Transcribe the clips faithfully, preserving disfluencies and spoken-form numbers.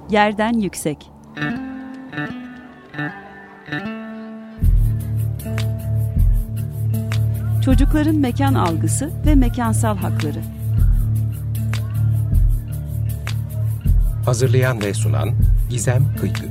Yerden yüksek. Çocukların mekan algısı ve mekansal hakları. Hazırlayan ve sunan Gizem Kıykı.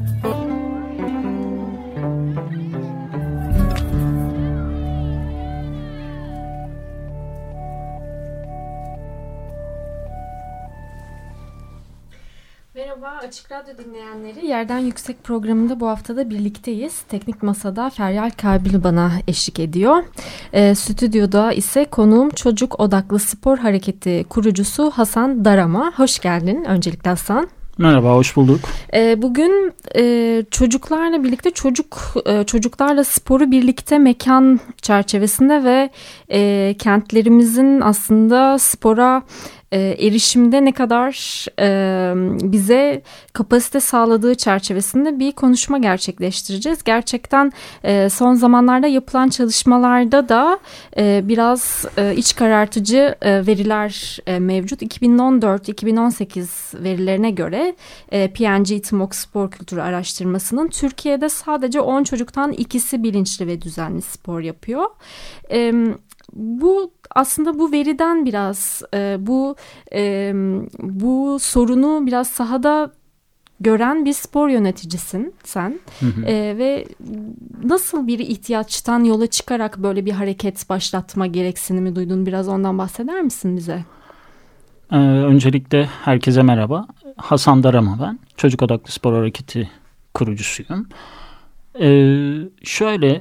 Merhaba Açık Radyo dinleyenleri. Yerden Yüksek programında bu haftada birlikteyiz. Teknik Masa'da Feryal Kabil bana eşlik ediyor. E, stüdyoda ise konuğum Çocuk Odaklı Spor Hareketi kurucusu Hasan Darama. Hoş geldin öncelikle Hasan. Merhaba, hoş bulduk. E, bugün e, çocuklarla birlikte çocuk e, çocuklarla sporu birlikte mekan çerçevesinde ve e, kentlerimizin aslında spora e, erişimde ne kadar e, bize kapasite sağladığı çerçevesinde bir konuşma gerçekleştireceğiz. Gerçekten e, son zamanlarda yapılan çalışmalarda da e, biraz e, iç karartıcı e, veriler e, mevcut. iki bin on dört iki bin on sekiz verilerine göre e, P N G T M O K Spor Kültürü Araştırması'nın Türkiye'de sadece on çocuktan ikisi bilinçli ve düzenli spor yapıyor. E, bu aslında bu veriden biraz e, bu e, bu sorunu biraz sahada gören bir spor yöneticisin sen. Hı hı. E, ve nasıl bir ihtiyaçtan yola çıkarak böyle bir hareket başlatma gereksinimi duydun? Biraz ondan bahseder misin bize? Ee, öncelikle herkese merhaba. Hasan Darama ben. Çocuk Odaklı Spor Hareketi kurucusuyum. Ee, şöyle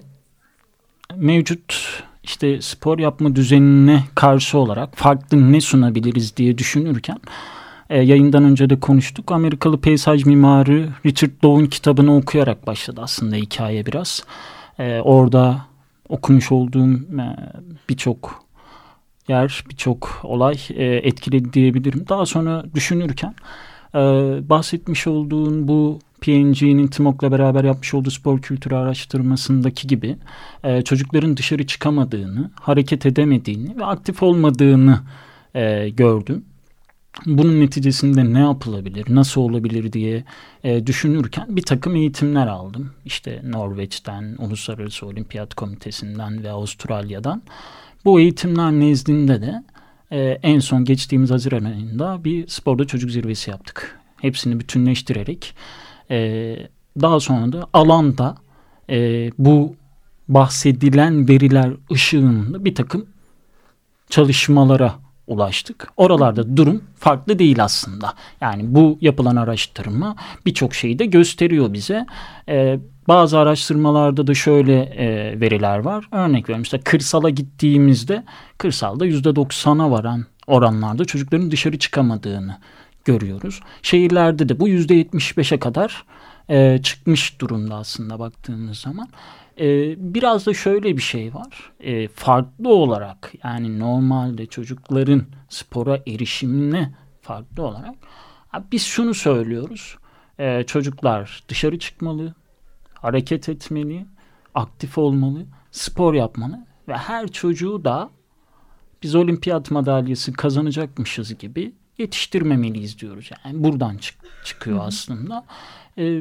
mevcut işte spor yapma düzenine karşı olarak farklı ne sunabiliriz diye düşünürken e, yayından önce de konuştuk. Amerikalı peyzaj mimarı Richard Lowe'un kitabını okuyarak başladı aslında hikaye biraz. E, orada okumuş olduğum e, birçok yer, birçok olay e, etkiledi diyebilirim. Daha sonra düşünürken e, bahsetmiş olduğun bu P N G'nin T M O K'la beraber yapmış olduğu spor kültürü araştırmasındaki gibi e, çocukların dışarı çıkamadığını, hareket edemediğini ve aktif olmadığını e, gördüm. Bunun neticesinde ne yapılabilir, nasıl olabilir diye e, düşünürken bir takım eğitimler aldım. İşte Norveç'ten, Uluslararası Olimpiyat Komitesi'nden ve Avustralya'dan. Bu eğitimler nezdinde de e, en son geçtiğimiz Haziran ayında bir sporda çocuk zirvesi yaptık. Hepsini bütünleştirerek e, daha sonra da alanda e, bu bahsedilen veriler ışığında bir takım çalışmalara ulaştık. Oralarda durum farklı değil aslında. Yani bu yapılan araştırma birçok şeyi de gösteriyor bize. Ee, bazı araştırmalarda da şöyle e, veriler var. Örnek veriyorum, işte kırsala gittiğimizde kırsalda yüzde doksana varan oranlarda çocukların dışarı çıkamadığını görüyoruz. Şehirlerde de bu yüzde yetmiş beşe kadar e, çıkmış durumda aslında baktığımız zaman. Ee, biraz da şöyle bir şey var. Ee, farklı olarak, yani normalde çocukların spora erişimine farklı olarak biz şunu söylüyoruz. Ee, çocuklar dışarı çıkmalı, hareket etmeli, aktif olmalı, spor yapmalı ve her çocuğu da biz olimpiyat madalyası kazanacakmışız gibi yetiştirmemeliyiz diyoruz. Yani buradan çık- çıkıyor aslında. Ee,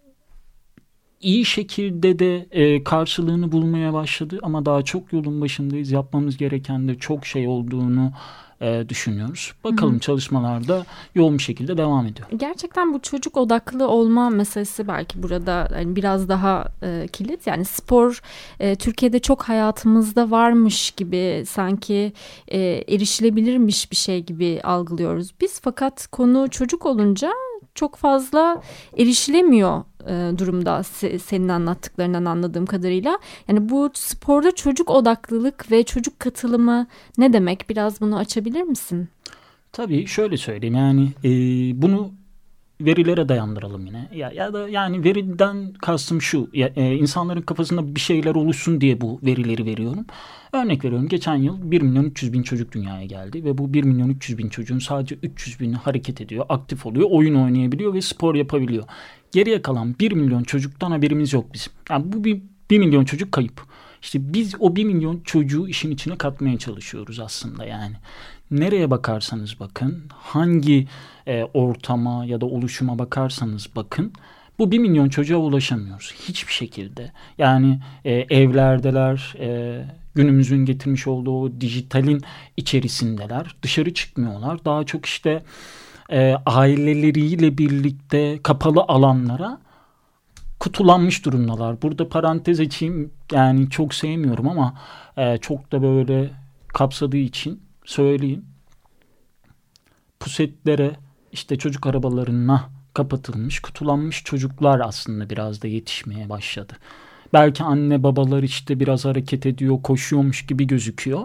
İyi şekilde de e, karşılığını bulmaya başladı ama daha çok yolun başındayız. Yapmamız gereken de çok şey olduğunu e, düşünüyoruz. Bakalım, hı-hı, çalışmalarda yoğun bir şekilde devam ediyor. Gerçekten bu çocuk odaklı olma meselesi belki burada yani biraz daha e, kilit. Yani spor e, Türkiye'de çok hayatımızda varmış gibi, sanki e, erişilebilirmiş bir şey gibi algılıyoruz biz. Fakat konu çocuk olunca çok fazla erişilemiyor e, durumda se- senin anlattıklarından anladığım kadarıyla. Yani bu sporda çocuk odaklılık ve çocuk katılımı ne demek? Biraz bunu açabilir misin? Tabii, şöyle söyleyeyim, yani e, bunu verilere dayandıralım yine. Ya, ya da yani veriden kastım şu, ya, e, insanların kafasında bir şeyler oluşsun diye bu verileri veriyorum. Örnek veriyorum, geçen yıl bir milyon üç yüz bin çocuk dünyaya geldi ve bu bir milyon üç yüz bin çocuğun sadece üç yüz bini hareket ediyor, aktif oluyor, oyun oynayabiliyor ve spor yapabiliyor. Geriye kalan bir milyon çocuktan haberimiz yok bizim. Yani bu bir, bir milyon çocuk kayıp. İşte biz o bir milyon çocuğu işin içine katmaya çalışıyoruz aslında yani. nereye bakarsanız bakın, hangi e, ortama ya da oluşuma bakarsanız bakın, bu bir milyon çocuğa ulaşamıyoruz hiçbir şekilde. Yani e, evlerdeler, e, günümüzün getirmiş olduğu o dijitalin içerisindeler, dışarı çıkmıyorlar. Daha çok işte e, aileleriyle birlikte kapalı alanlara kutulanmış durumdalar. Burada parantez açayım, yani çok sevmiyorum ama e, çok da böyle kapsadığı için söyleyeyim. Pusetlere, işte çocuk arabalarına kapatılmış, kutulanmış çocuklar aslında biraz da yetişmeye başladı. Belki anne babalar işte biraz hareket ediyor, koşuyormuş gibi gözüküyor.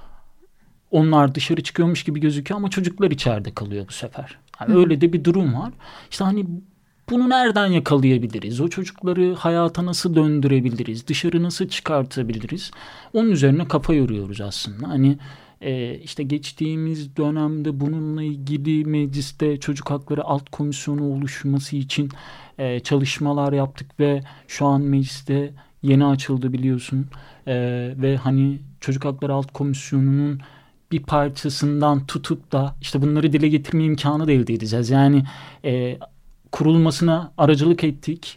Onlar dışarı çıkıyormuş gibi gözüküyor ama çocuklar içeride kalıyor bu sefer. Yani öyle de bir durum var. İşte hani bunu nereden yakalayabiliriz? O çocukları hayata nasıl döndürebiliriz? Dışarı nasıl çıkartabiliriz? Onun üzerine kafa yoruyoruz aslında. Hani e, işte geçtiğimiz dönemde bununla ilgili mecliste çocuk hakları alt komisyonu oluşması için e, çalışmalar yaptık ve şu an mecliste yeni açıldı biliyorsun. E, ve hani çocuk hakları alt komisyonunun bir parçasından tutup da işte bunları dile getirme imkanı da elde edeceğiz. Yani e, kurulmasına aracılık ettik,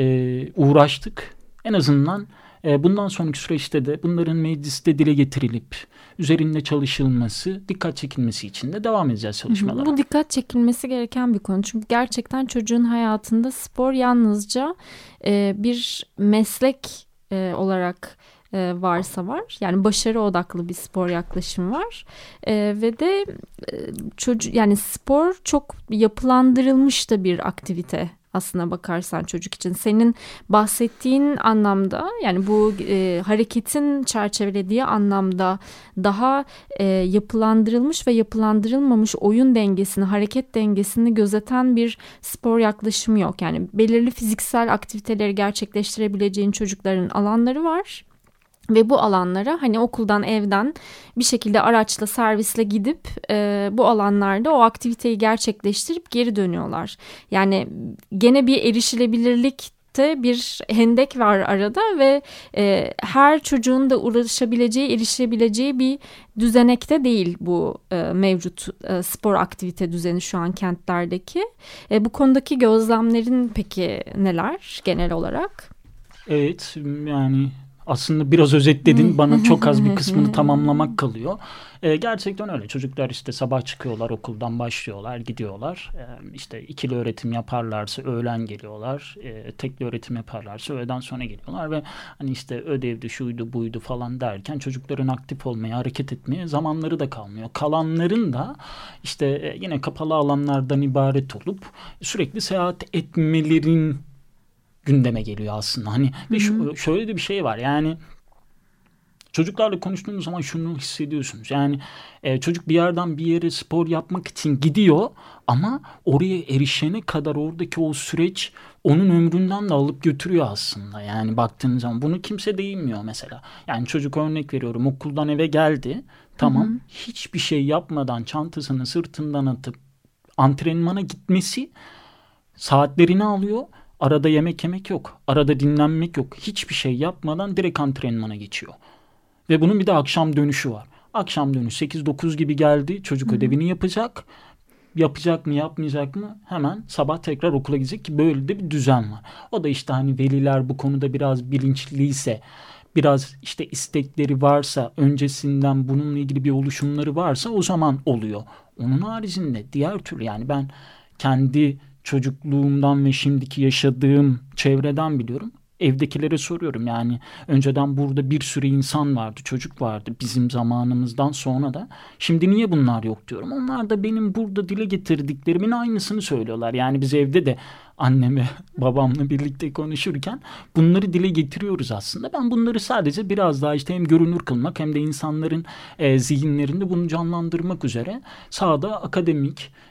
e, uğraştık. En azından e, bundan sonraki süreçte de bunların mecliste dile getirilip üzerinde çalışılması, dikkat çekilmesi için de devam edeceğiz çalışmalara. Bu dikkat çekilmesi gereken bir konu. Çünkü gerçekten çocuğun hayatında spor yalnızca e, bir meslek e, olarak e, varsa var. Yani başarı odaklı bir spor yaklaşım var. E, ve de e, çocuk, yani spor çok yapılandırılmış da bir aktivite. Aslına bakarsan çocuk için senin bahsettiğin anlamda, yani bu e, hareketin çerçevelediği anlamda daha e, yapılandırılmış ve yapılandırılmamış oyun dengesini, hareket dengesini gözeten bir spor yaklaşımı yok. Yani belirli fiziksel aktiviteleri gerçekleştirebileceğin çocukların alanları var. Ve bu alanlara hani okuldan, evden bir şekilde araçla, servisle gidip e, bu alanlarda o aktiviteyi gerçekleştirip geri dönüyorlar. Yani gene bir erişilebilirlikte bir hendek var arada ve e, her çocuğun da ulaşabileceği, erişebileceği bir düzenekte değil bu e, mevcut e, spor aktivite düzeni şu an kentlerdeki. E, bu konudaki gözlemlerin peki neler genel olarak? Evet, yani aslında biraz özetledin, bana çok az bir kısmını tamamlamak kalıyor. Ee, gerçekten öyle. Çocuklar işte sabah çıkıyorlar, okuldan başlıyorlar, gidiyorlar. Ee, işte ikili öğretim yaparlarsa öğlen geliyorlar. Ee, tekli öğretim yaparlarsa öğleden sonra geliyorlar ve hani işte ödevdi, şuydu, buydu falan derken çocukların aktif olmaya, hareket etmeye zamanları da kalmıyor. Kalanların da işte yine kapalı alanlardan ibaret olup sürekli seyahat etmelerin gündeme geliyor aslında. Hani ve şu, şöyle de bir şey var. Yani çocuklarla konuştuğunuz zaman şunu hissediyorsunuz. Yani e, çocuk bir yerden bir yere spor yapmak için gidiyor ama oraya erişene kadar oradaki o süreç onun ömründen de alıp götürüyor aslında. Yani baktığınız zaman bunu kimse değinmiyor mesela. Yani çocuk, örnek veriyorum, okuldan eve geldi. Tamam. Hı hı. Hiçbir şey yapmadan çantasını sırtından atıp antrenmana gitmesi saatlerini alıyor. Arada yemek yemek yok. Arada dinlenmek yok. Hiçbir şey yapmadan direkt antrenmana geçiyor. Ve bunun bir de akşam dönüşü var. Akşam dönüşü sekiz dokuz gibi geldi. Çocuk Hı-hı. ödevini yapacak. Yapacak mı, yapmayacak mı? Hemen sabah tekrar okula gidecek ki böyle de bir düzen var. O da işte hani veliler bu konuda biraz bilinçliyse, biraz işte istekleri varsa, öncesinden bununla ilgili bir oluşumları varsa o zaman oluyor. Onun haricinde diğer türlü, yani ben kendi çocukluğumdan ve şimdiki yaşadığım çevreden biliyorum. Evdekilere soruyorum, yani önceden burada bir sürü insan vardı, çocuk vardı bizim zamanımızdan sonra da. Şimdi niye bunlar yok diyorum. Onlar da benim burada dile getirdiklerimin aynısını söylüyorlar. Yani biz evde de anneme, babamla birlikte konuşurken bunları dile getiriyoruz aslında. Ben bunları sadece biraz daha işte hem görünür kılmak hem de insanların e, zihinlerinde bunu canlandırmak üzere sahada akademik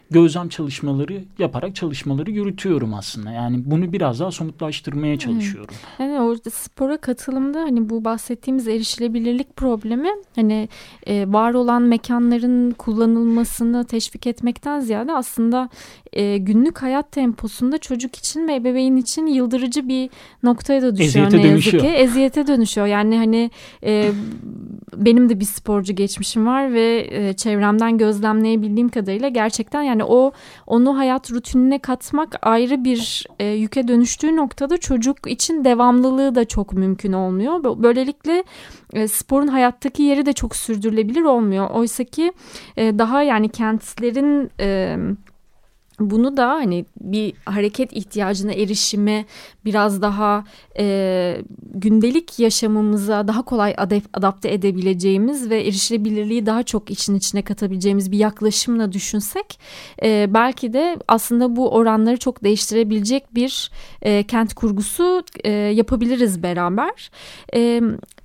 gözlem çalışmaları yaparak çalışmaları yürütüyorum aslında. Yani bunu biraz daha somutlaştırmaya çalışıyorum. Yani orada spora katılımda hani bu bahsettiğimiz erişilebilirlik problemi hani e, var olan mekanların kullanılmasını teşvik etmekten ziyade aslında e, günlük hayat temposunda çocuk için ve ebeveyn için yıldırıcı bir noktaya da düşüyor. Eziyete ne dönüşüyor. yazık ki. Eziyete dönüşüyor. Yani hani e, benim de bir sporcu geçmişim var ve e, çevremden gözlemleyebildiğim kadarıyla gerçekten yani o onu hayat rutinine katmak ayrı bir e, yüke dönüştüğü noktada çocuk için devamlılığı da çok mümkün olmuyor. Böylelikle e, sporun hayattaki yeri de çok sürdürülebilir olmuyor. Oysa ki e, daha yani kentlerin e, bunu da hani bir hareket ihtiyacına erişimi biraz daha e, gündelik yaşamımıza daha kolay adapte edebileceğimiz ve erişilebilirliği daha çok için içine katabileceğimiz bir yaklaşımla düşünsek e, belki de aslında bu oranları çok değiştirebilecek bir e, kent kurgusu e, yapabiliriz beraber. E,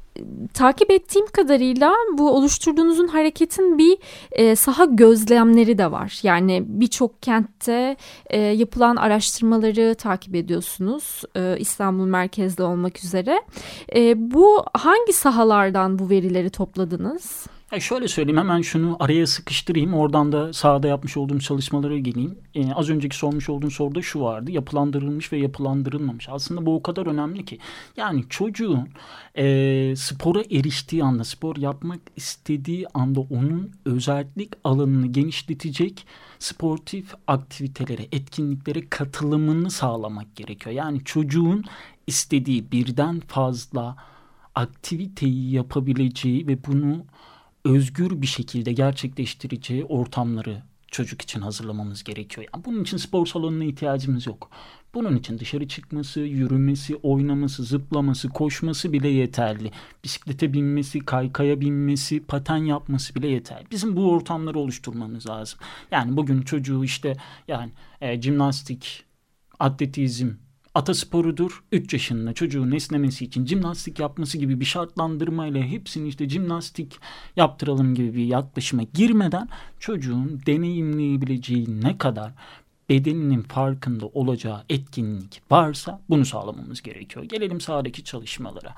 Takip ettiğim kadarıyla bu oluşturduğunuzun hareketin bir e, saha gözlemleri de var. Yani birçok kentte e, yapılan araştırmaları takip ediyorsunuz. E, İstanbul merkezli olmak üzere. E, bu hangi sahalardan bu verileri topladınız? Ya şöyle söyleyeyim, hemen şunu araya sıkıştırayım. Oradan da sahada yapmış olduğum çalışmalara geleyim. Ee, az önceki sormuş olduğum soruda şu vardı. Yapılandırılmış ve yapılandırılmamış. Aslında bu o kadar önemli ki. Yani çocuğun e, spora eriştiği anda, spor yapmak istediği anda onun özellik alanını genişletecek sportif aktivitelere, etkinliklere katılımını sağlamak gerekiyor. Yani çocuğun istediği birden fazla aktiviteyi yapabileceği ve bunu özgür bir şekilde gerçekleştireceği ortamları çocuk için hazırlamamız gerekiyor. Yani bunun için spor salonuna ihtiyacımız yok. Bunun için dışarı çıkması, yürümesi, oynaması, zıplaması, koşması bile yeterli. Bisiklete binmesi, kaykaya binmesi, paten yapması bile yeterli. Bizim bu ortamları oluşturmamız lazım. Yani bugün çocuğu işte yani e, jimnastik, atletizm, atasporudur. üç yaşında çocuğun esnemesi için jimnastik yapması gibi bir şartlandırmayla hepsini işte jimnastik yaptıralım gibi bir yaklaşıma girmeden çocuğun deneyimleyebileceği ne kadar bedeninin farkında olacağı etkinlik varsa bunu sağlamamız gerekiyor. Gelelim sahadaki çalışmalara.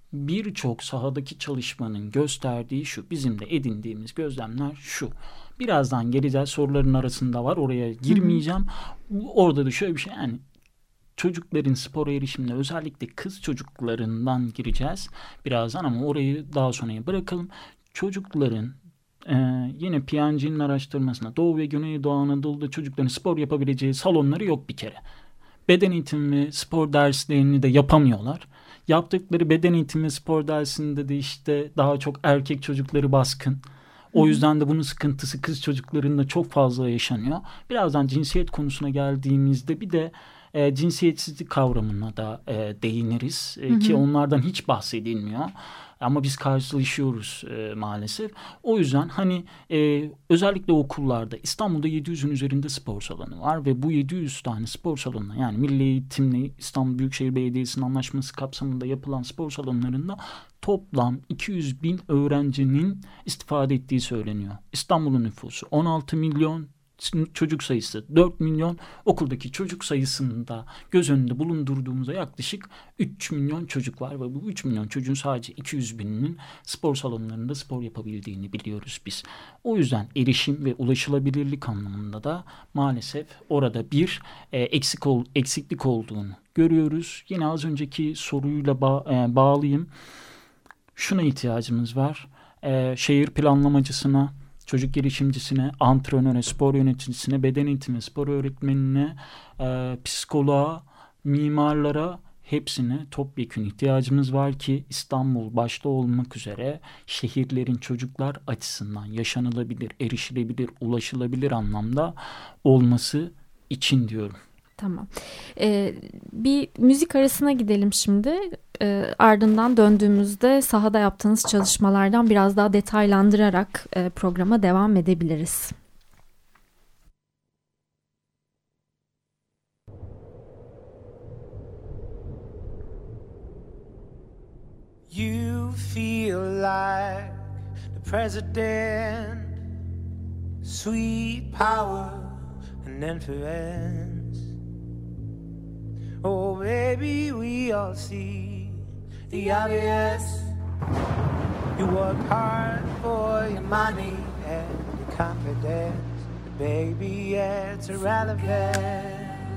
Birçok sahadaki çalışmanın gösterdiği şu, bizim de edindiğimiz gözlemler şu. Birazdan geleceğiz, soruların arasında var, oraya girmeyeceğim. Hı hı. Orada da şöyle bir şey, yani çocukların spora erişimine özellikle kız çocuklarından gireceğiz birazdan ama orayı daha sonraya bırakalım. Çocukların e, yine P and G'nin araştırmasına Doğu ve Güneydoğu Anadolu'da çocukların spor yapabileceği salonları yok bir kere. Beden eğitimi ve spor derslerini de yapamıyorlar. Yaptıkları beden eğitimi ve spor dersinde de işte daha çok erkek çocukları baskın. O yüzden de bunun sıkıntısı kız çocuklarında çok fazla yaşanıyor. Birazdan cinsiyet konusuna geldiğimizde bir de E, cinsiyetsizlik kavramına da e, değiniriz e, hı hı. ki onlardan hiç bahsedilmiyor ama biz karşılaşıyoruz e, maalesef. O yüzden hani e, özellikle okullarda İstanbul'da yedi yüzün üzerinde spor salonu var ve bu yedi yüz tane spor salonuna, yani Milli Eğitim'le İstanbul Büyükşehir Belediyesi'nin anlaşması kapsamında yapılan spor salonlarında toplam iki yüz bin öğrencinin istifade ettiği söyleniyor. İstanbul'un nüfusu on altı milyon. Çocuk sayısı dört milyon, okuldaki çocuk sayısında göz önünde bulundurduğumuzda yaklaşık üç milyon çocuk var ve bu üç milyon çocuğun sadece iki yüz bininin spor salonlarında spor yapabildiğini biliyoruz biz. O yüzden erişim ve ulaşılabilirlik anlamında da maalesef orada bir e, eksik ol, eksiklik olduğunu görüyoruz. Yine az önceki soruyla ba- e, bağlayayım. Şuna ihtiyacımız var. E, şehir planlamacısına, çocuk gelişimcisine, antrenöre, spor yöneticisine, beden eğitimi, spor öğretmenine, e, psikoloğa, mimarlara, hepsine topyekün ihtiyacımız var ki İstanbul başta olmak üzere şehirlerin çocuklar açısından yaşanılabilir, erişilebilir, ulaşılabilir anlamda olması için diyorum. Tamam. Ee, bir müzik arasına gidelim şimdi. Ee, ardından döndüğümüzde sahada yaptığınız çalışmalardan biraz daha detaylandırarak e, programa devam edebiliriz. You feel like the president, sweet power and inference. Oh, baby, we all see the obvious. You work hard for your money and your confidence. Baby, it's irrelevant.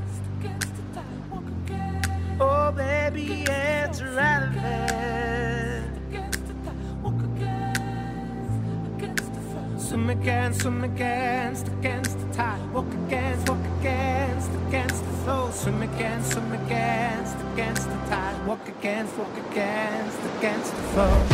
Oh, baby, it's irrelevant. Swim against, swim against, against the tide. Walk against, walk against, against the flow. Swim against, swim against, against the tide. Walk against, walk against, against the flow.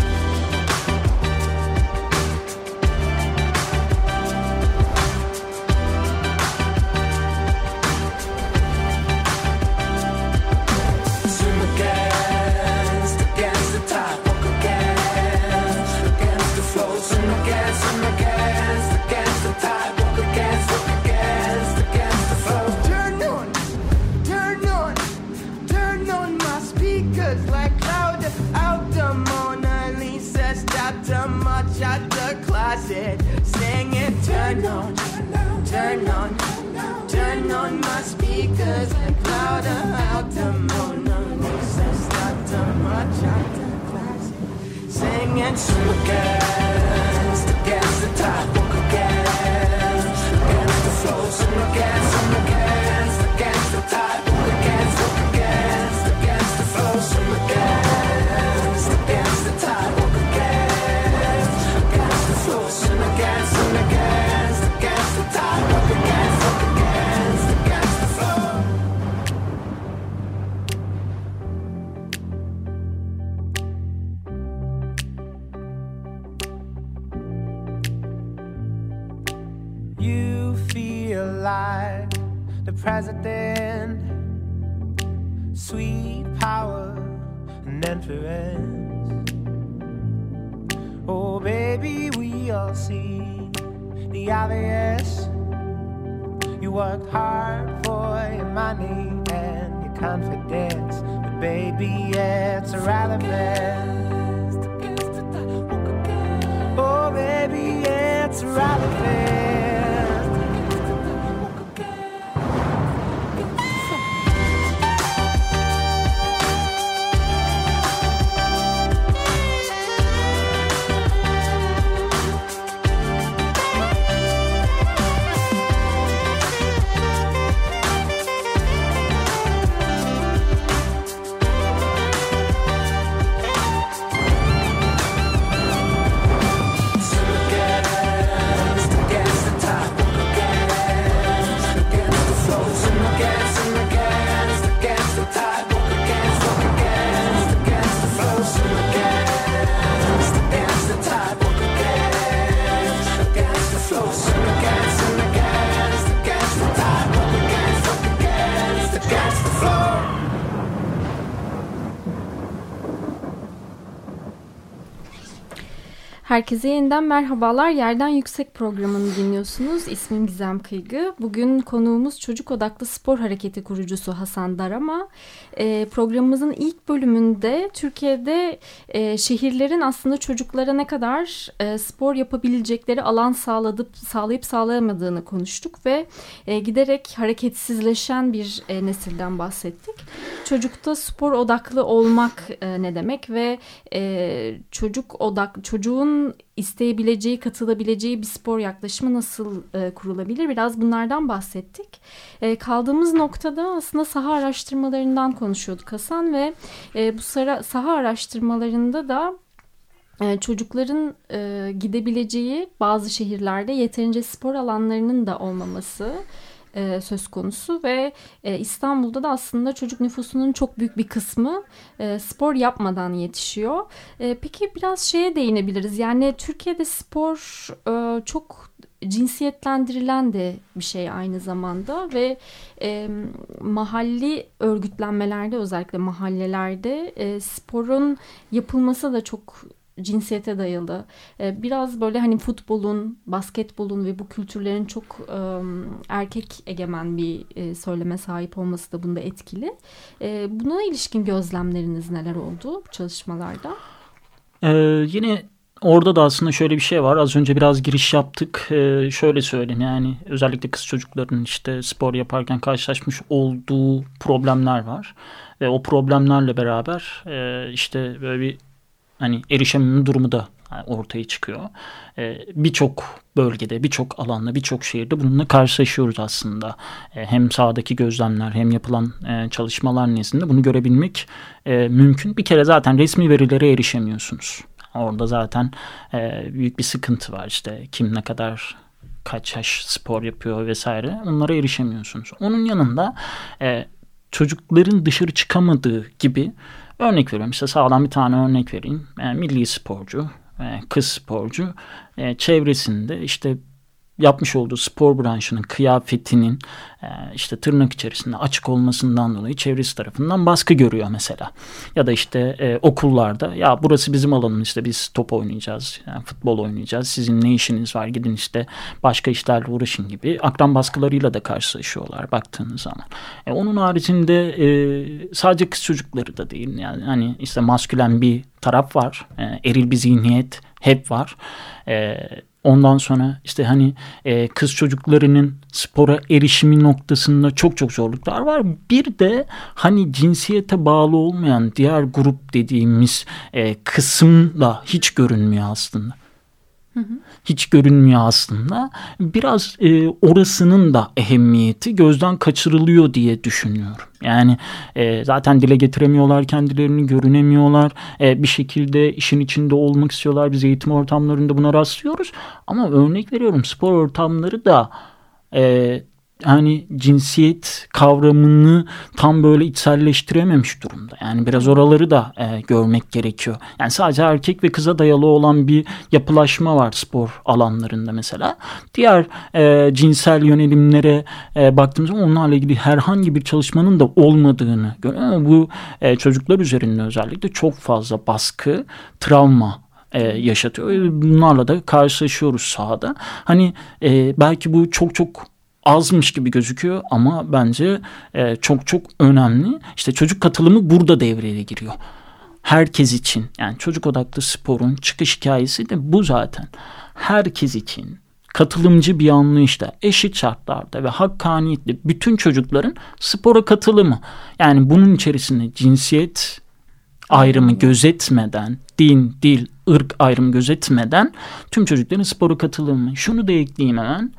Singing, turn on, turn on, turn on my speakers like louder out the Mona Lisa. Stop the much out the classic. Singing, swim against, against the tide. Walk against, against the flow. Swim against, swim against, against the tide. Walk against, walk against, against the flow. Swim against, against the tide. Walk against, against the flow. Swim against, swim against, against the tide. Walk against, walk against, against the flow. You feel like the president, sweet power and inference. Oh, baby, we all see the obvious. You worked hard for your money and your confidence, but baby, it's irrelevant. Oh, baby, it's irrelevant. Herkese yeniden merhabalar. Yerden Yüksek programını dinliyorsunuz. İsmim Gizem Kıygı. Bugün konuğumuz Çocuk Odaklı Spor Hareketi kurucusu Hasan Darama. E, programımızın ilk bölümünde Türkiye'de e, şehirlerin aslında çocuklara ne kadar e, spor yapabilecekleri alan sağladıp, sağlayıp sağlayamadığını konuştuk ve e, giderek hareketsizleşen bir e, nesilden bahsettik. Çocukta spor odaklı olmak e, ne demek ve e, çocuk odak çocuğun isteyebileceği, katılabileceği bir spor yaklaşımı nasıl e, kurulabilir? Biraz bunlardan bahsettik. E, kaldığımız noktada aslında saha araştırmalarından konuşuyorduk Hasan ve e, bu saha, saha araştırmalarında da e, çocukların e, gidebileceği bazı şehirlerde yeterince spor alanlarının da olmaması E, söz konusu ve e, İstanbul'da da aslında çocuk nüfusunun çok büyük bir kısmı e, spor yapmadan yetişiyor. E, peki biraz şeye değinebiliriz. Yani Türkiye'de spor e, çok cinsiyetlendirilen de bir şey aynı zamanda ve e, mahalli örgütlenmelerde, özellikle mahallelerde e, sporun yapılması da çok cinsiyete dayalı. Biraz böyle hani futbolun, basketbolun ve bu kültürlerin çok erkek egemen bir söyleme sahip olması da bunda etkili. Buna ilişkin gözlemleriniz neler oldu bu çalışmalarda? Ee, yine orada da aslında şöyle bir şey var. Az önce biraz giriş yaptık. Ee, şöyle söyleyeyim, yani özellikle kız çocukların işte spor yaparken karşılaşmış olduğu problemler var. Ve o problemlerle beraber e, işte böyle bir hani erişememe durumu da ortaya çıkıyor. Ee, birçok bölgede, birçok alanda, birçok şehirde bununla karşılaşıyoruz aslında. Ee, hem sahadaki gözlemler hem yapılan e, çalışmalar nezdinde bunu görebilmek e, mümkün. Bir kere zaten resmi verilere erişemiyorsunuz. Orada zaten e, büyük bir sıkıntı var. İşte kim ne kadar kaç yaş spor yapıyor vesaire, onlara erişemiyorsunuz. Onun yanında e, çocukların dışarı çıkamadığı gibi, örnek veriyorum, işte sağdan bir tane örnek vereyim. E, milli sporcu, e, kız sporcu e, çevresinde işte yapmış olduğu spor branşının kıyafetinin e, işte tırnak içerisinde açık olmasından dolayı çevresi tarafından baskı görüyor mesela. Ya da işte e, okullarda, ya burası bizim alanımız, işte biz top oynayacağız, yani futbol oynayacağız, sizin ne işiniz var, gidin işte başka işlerle uğraşın gibi akran baskılarıyla da karşılaşıyorlar baktığınız zaman. E, onun haricinde e, sadece kız çocukları da değil, yani hani işte maskülen bir taraf var, e, eril bir zihniyet hep var. E, Ondan sonra işte hani e, kız çocuklarının spora erişimi noktasında çok çok zorluklar var. Bir de hani cinsiyete bağlı olmayan diğer grup dediğimiz e, kısım da hiç görünmüyor aslında. Hı hı. Hiç görünmüyor aslında. Biraz e, orasının da ehemmiyeti gözden kaçırılıyor diye düşünüyorum. Yani e, zaten dile getiremiyorlar kendilerini, görünemiyorlar. E, bir şekilde işin içinde olmak istiyorlar. Biz eğitim ortamlarında buna rastlıyoruz. Ama örnek veriyorum, spor ortamları da e, hani cinsiyet kavramını tam böyle içselleştirememiş durumda. Yani biraz oraları da e, görmek gerekiyor. Yani sadece erkek ve kıza dayalı olan bir yapılaşma var spor alanlarında mesela. Diğer e, cinsel yönelimlere e, baktığımızda onlarla ilgili herhangi bir çalışmanın da olmadığını görüyoruz. Ama bu e, çocuklar üzerinde özellikle çok fazla baskı, travma e, yaşatıyor. Bunlarla da karşılaşıyoruz sahada. Hani e, belki bu çok çok azmış gibi gözüküyor ama bence e, çok çok önemli. İşte çocuk katılımı burada devreye giriyor. Herkes için, yani çocuk odaklı sporun çıkış hikayesi de bu zaten. Herkes için katılımcı bir anlayışla, eşit şartlarda ve hakkaniyetle bütün çocukların spora katılımı. Yani bunun içerisinde cinsiyet ayrımı gözetmeden, din, dil, ırk ayrımı gözetmeden tüm çocukların spora katılımı. Şunu da ekleyeyim hemen.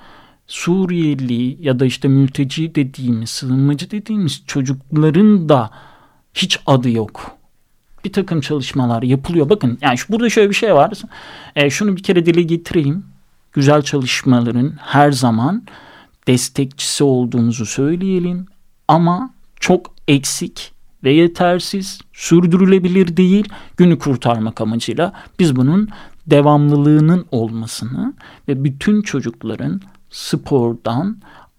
Suriyeli ya da işte mülteci dediğimiz, sığınmacı dediğimiz çocukların da hiç adı yok. Bir takım çalışmalar yapılıyor. Bakın, yani şu, burada şöyle bir şey var. E, şunu bir kere dile getireyim. Güzel çalışmaların her zaman destekçisi olduğumuzu söyleyelim. Ama çok eksik ve yetersiz, sürdürülebilir değil. Günü kurtarmak amacıyla biz bunun devamlılığının olmasını ve bütün çocukların spordan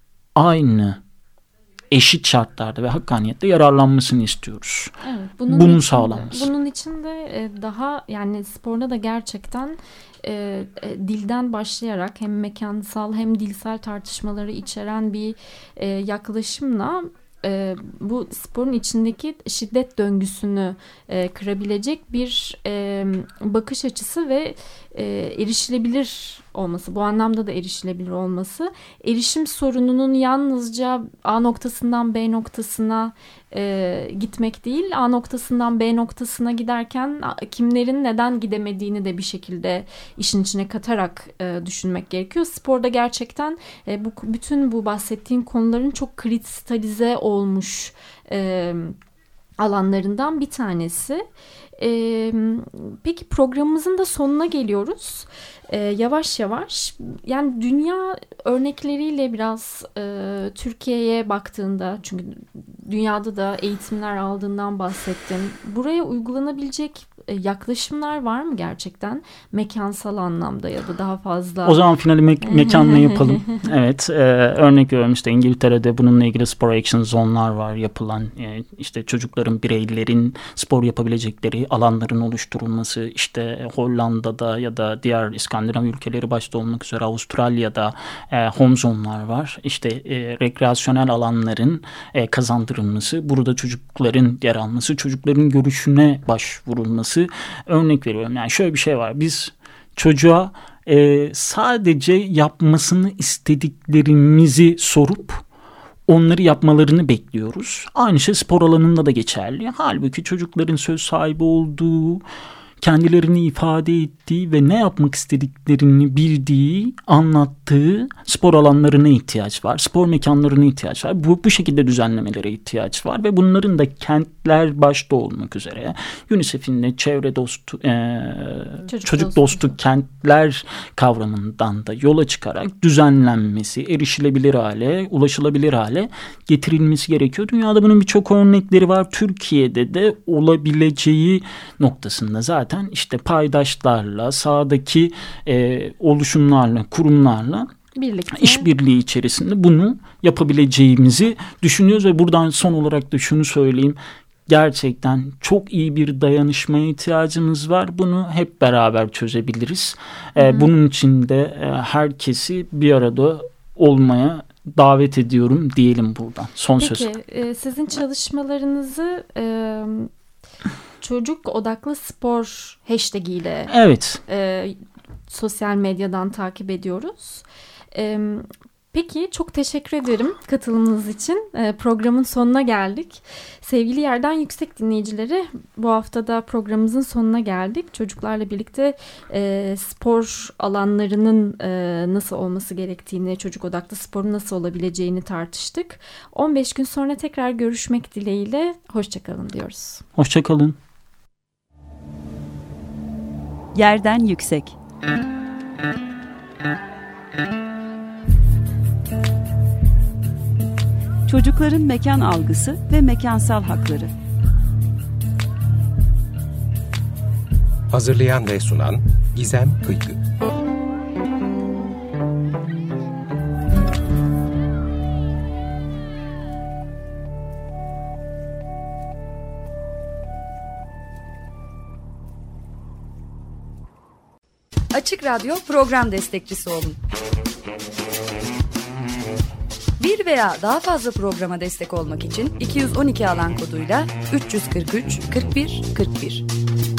aynı eşit şartlarda ve hakkaniyetle yararlanmasını istiyoruz. Evet, bunun bunun için, sağlanması. Bunun için de daha, yani sporda da gerçekten e, e, dilden başlayarak hem mekansal hem dilsel tartışmaları içeren bir e, yaklaşımla e, bu sporun içindeki şiddet döngüsünü e, kırabilecek bir e, bakış açısı ve e, erişilebilir olması, bu anlamda da erişilebilir olması, erişim sorununun yalnızca A noktasından B noktasına e, gitmek değil, A noktasından B noktasına giderken kimlerin neden gidemediğini de bir şekilde işin içine katarak e, düşünmek gerekiyor. Sporda gerçekten e, bu bütün bu bahsettiğin konuların çok kristalize olmuş e, alanlarından bir tanesi. Ee, peki programımızın da sonuna geliyoruz. Ee, yavaş yavaş, yani dünya örnekleriyle biraz e, Türkiye'ye baktığında, çünkü dünyada da eğitimler aldığından bahsettin. Buraya uygulanabilecek e, yaklaşımlar var mı gerçekten? Mekansal anlamda ya da daha fazla. O zaman finali me- mekanla yapalım. Evet, e, örnek veriyorum, işte İngiltere'de bununla ilgili spor action zone'lar var yapılan. E, işte çocukların, bireylerin spor yapabilecekleri alanların oluşturulması, işte Hollanda'da ya da diğer İskandinav ülkeleri başta olmak üzere Avustralya'da e, home zone'lar var. İşte e, rekreasyonel alanların e, kazandırılması, burada çocukların yer alması, çocukların görüşüne başvurulması. Örnek veriyorum, yani şöyle bir şey var. Biz çocuğa e, sadece yapmasını istediklerimizi sorup onları yapmalarını bekliyoruz. Aynı şey spor alanında da geçerli. Halbuki çocukların söz sahibi olduğu, kendilerini ifade ettiği ve ne yapmak istediklerini bildiği, anlattığı spor alanlarına ihtiyaç var. Spor mekanlarına ihtiyaç var. Bu, bu şekilde düzenlemelere ihtiyaç var ve bunların da kentler başta olmak üzere UNICEF'in de çevre dostu, e, çocuk, çocuk dostu, dostu kentler kavramından da yola çıkarak düzenlenmesi, erişilebilir hale, ulaşılabilir hale getirilmesi gerekiyor. Dünyada bunun birçok örnekleri var. Türkiye'de de olabileceği noktasında zaten işte paydaşlarla, sahadaki e, oluşumlarla, kurumlarla birlikte işbirliği içerisinde bunu yapabileceğimizi düşünüyoruz ve buradan son olarak da şunu söyleyeyim. Gerçekten çok iyi bir dayanışmaya ihtiyacımız var. Bunu hep beraber çözebiliriz. E, bunun için de e, herkesi bir arada olmaya davet ediyorum diyelim buradan. Son Peki, söz. Peki e, sizin çalışmalarınızı e, çocuk odaklı spor hashtag ile evet. e, sosyal medyadan takip ediyoruz. E, peki çok teşekkür ederim katılımınız için. E, programın sonuna geldik. Sevgili Yerden Yüksek dinleyicileri, bu hafta da programımızın sonuna geldik. Çocuklarla birlikte e, spor alanlarının e, nasıl olması gerektiğini, çocuk odaklı sporun nasıl olabileceğini tartıştık. on beş gün sonra tekrar görüşmek dileğiyle hoşçakalın diyoruz. Hoşçakalın. Yerden Yüksek. Çocukların mekan algısı ve mekansal hakları. Hazırlayan ve sunan Gizem Kıykı. Açık Radyo program destekçisi olun. Bir veya daha fazla programa destek olmak için iki yüz on iki alan koduyla üç yüz kırk üç kırk bir kırk bir